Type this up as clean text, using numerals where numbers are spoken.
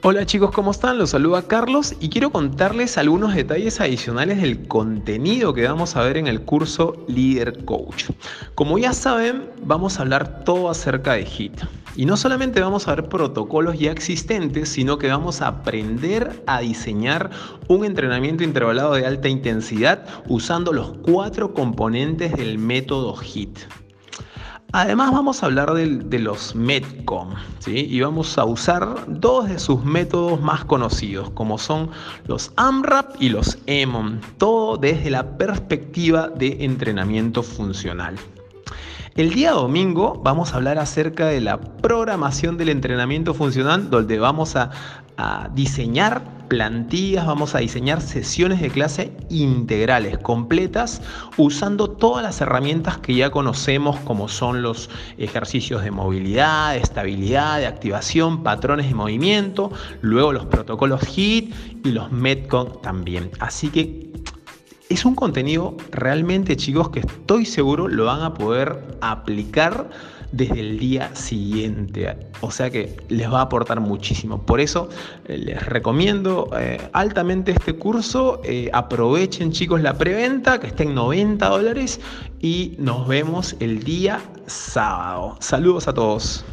Hola chicos, ¿cómo están? Los saluda Carlos y quiero contarles algunos detalles adicionales del contenido que vamos a ver en el curso Líder Coach. Como ya saben, vamos a hablar todo acerca de HIIT. Y no solamente vamos a ver protocolos ya existentes, sino que vamos a aprender a diseñar un entrenamiento intervalado de alta intensidad usando los 4 componentes del método HIIT. Además vamos a hablar de los Metcon, ¿sí? Y vamos a usar 2 de sus métodos más conocidos, como son los AMRAP y los EMOM, todo desde la perspectiva de entrenamiento funcional. El día domingo vamos a hablar acerca de la programación del entrenamiento funcional, donde vamos a diseñar plantillas, vamos a diseñar sesiones de clase integrales, completas, usando todas las herramientas que ya conocemos, como son los ejercicios de movilidad, de estabilidad, de activación, patrones de movimiento, luego los protocolos HIIT y los Metcon también. Así que es un contenido realmente, chicos, que estoy seguro lo van a poder aplicar desde el día siguiente. O sea que les va a aportar muchísimo. Por eso les recomiendo altamente este curso. Aprovechen, chicos, la preventa, que está en $90, y nos vemos el día sábado. Saludos a todos.